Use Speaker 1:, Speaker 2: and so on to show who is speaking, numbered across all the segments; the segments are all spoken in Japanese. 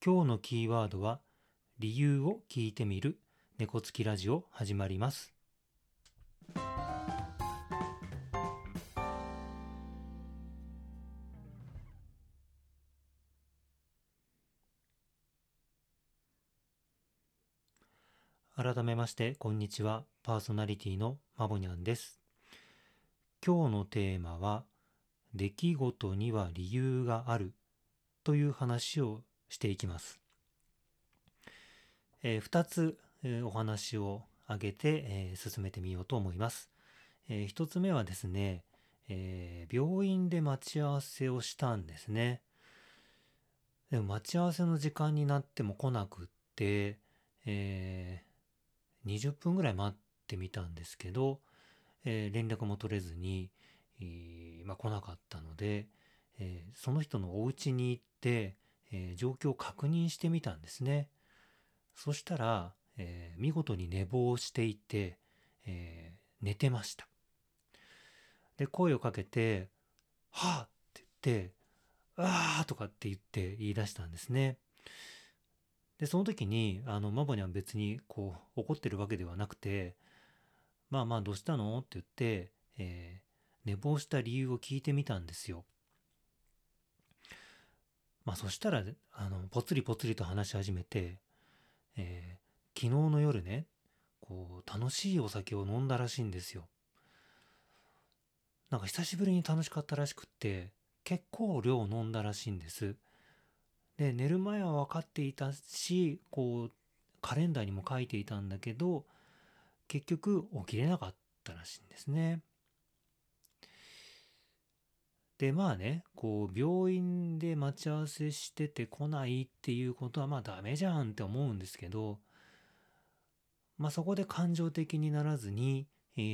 Speaker 1: 今日のキーワードは理由を聞いてみる猫つきラジオ始まります。改めましてこんにちは。パーソナリティのまぼにゃんです。今日のテーマは出来事には理由があるという話をしていきます。2つ、お話を挙げて、進めてみようと思います。1つ目はですね、病院で待ち合わせをしたんですね。でも待ち合わせの時間になっても来なくって、20分ぐらい待ってみたんですけど、連絡も取れずに、来なかったので、その人のお家に行って、状況を確認してみたんですね。そしたら、見事に寝坊していて、寝てました。で、声をかけて、はぁって言って、あーとかって言い出したんですね。で、その時に、マボには別に怒ってるわけではなくて、まあまあどうしたのって言って、寝坊した理由を聞いてみたんですよ。そしたら、ぽつりぽつりと話し始めて、昨日の夜ね、楽しいお酒を飲んだらしいんですよ。なんか久しぶりに楽しかったらしくって、結構量飲んだらしいんです。で、寝る前は分かっていたし、カレンダーにも書いていたんだけど、結局起きれなかったらしいんですね。で、まあね、病院で待ち合わせしてて来ないっていうことはダメじゃんって思うんですけど、そこで感情的にならずに、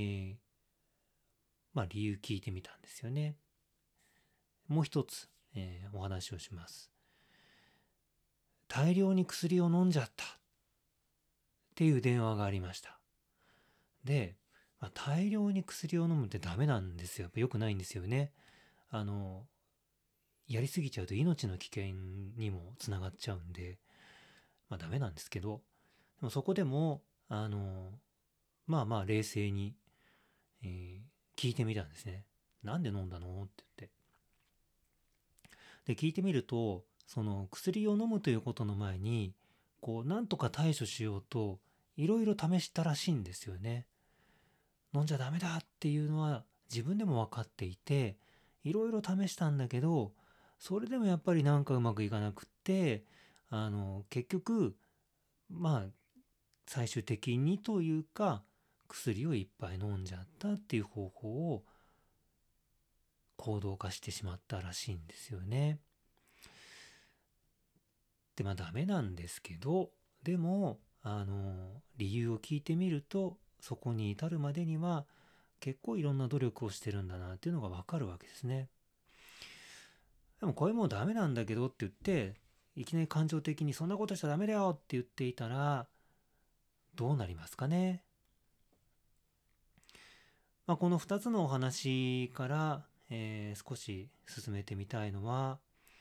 Speaker 1: 理由聞いてみたんですよね。もう一つ、お話をします。大量に薬を飲んじゃったっていう電話がありました。で、大量に薬を飲むってダメなんですよ。やっぱ良くないんですよね。やりすぎちゃうと命の危険にもつながっちゃうんで、ダメなんですけど、でもそこでも、冷静に、聞いてみたんですね。なんで飲んだのって言って。で、聞いてみると、その薬を飲むということの前に、なんとか対処しようと、いろいろ試したらしいんですよね。飲んじゃダメだっていうのは自分でも分かっていて、いろいろ試したんだけど、それでもやっぱりなんかうまくいかなくって、結局、最終的にというか、薬をいっぱい飲んじゃったっていう方法を行動化してしまったらしいんですよね。で、ダメなんですけど、でも、理由を聞いてみると、そこに至るまでには、結構いろんな努力をしてるんだなっていうのがわかるわけですね。でもこれもうダメなんだけどって言って、いきなり感情的にそんなことしちゃダメだよって言っていたら、どうなりますかね。この2つのお話から、少し進めてみたいのは、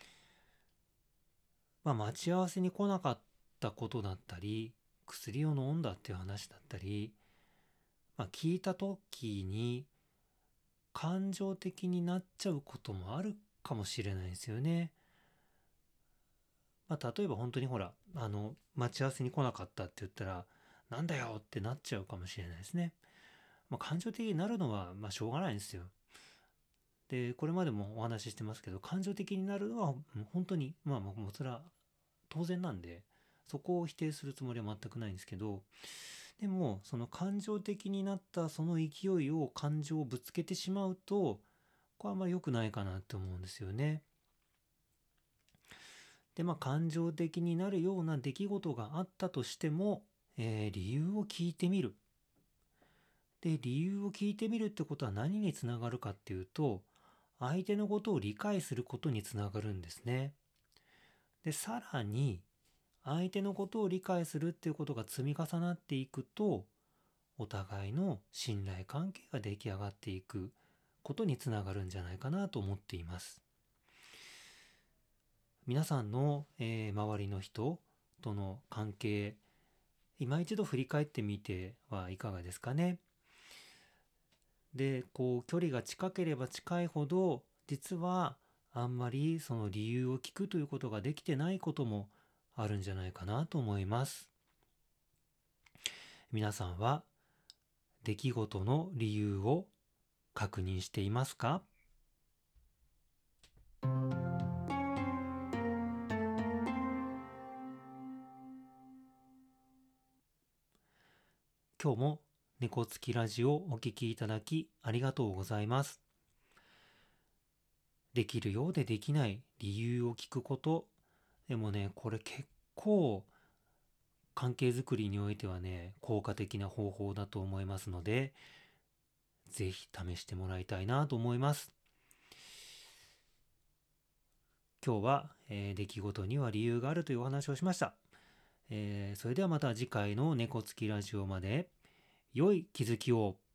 Speaker 1: 待ち合わせに来なかったことだったり、薬を飲んだっていう話だったり、聞いた時に感情的になっちゃうこともあるかもしれないですよね。例えば本当にほら、待ち合わせに来なかったって言ったら、なんだよってなっちゃうかもしれないですね。感情的になるのは、しょうがないんですよ。で、これまでもお話ししてますけど、感情的になるのは本当に、もうそれは当然なんで、そこを否定するつもりは全くないんですけど、でも、その感情的になったその勢いを感情をぶつけてしまうと、これはあんまり良くないかなって思うんですよね。で、感情的になるような出来事があったとしても、理由を聞いてみる。で、理由を聞いてみるってことは何につながるかっていうと、相手のことを理解することにつながるんですね。で、さらに、相手のことを理解するっていうことが積み重なっていくと、お互いの信頼関係が出来上がっていくことにつながるんじゃないかなと思っています。 皆さんの、周りの人との関係、今一度振り返ってみてはいかがですかね。で、距離が近ければ近いほど、実はあんまりその理由を聞くということができてないこともあるんじゃないかなと思います。皆さんは出来事の理由を確認していますか？今日も猫つきラジオをお聞きいただきありがとうございます。できるようでできない理由を聞くこと。でもね、これ結構関係づくりにおいてはね、効果的な方法だと思いますので、ぜひ試してもらいたいなと思います。今日は、出来事には理由があるというお話をしました。それではまた次回の猫つきラジオまで良い気づきを。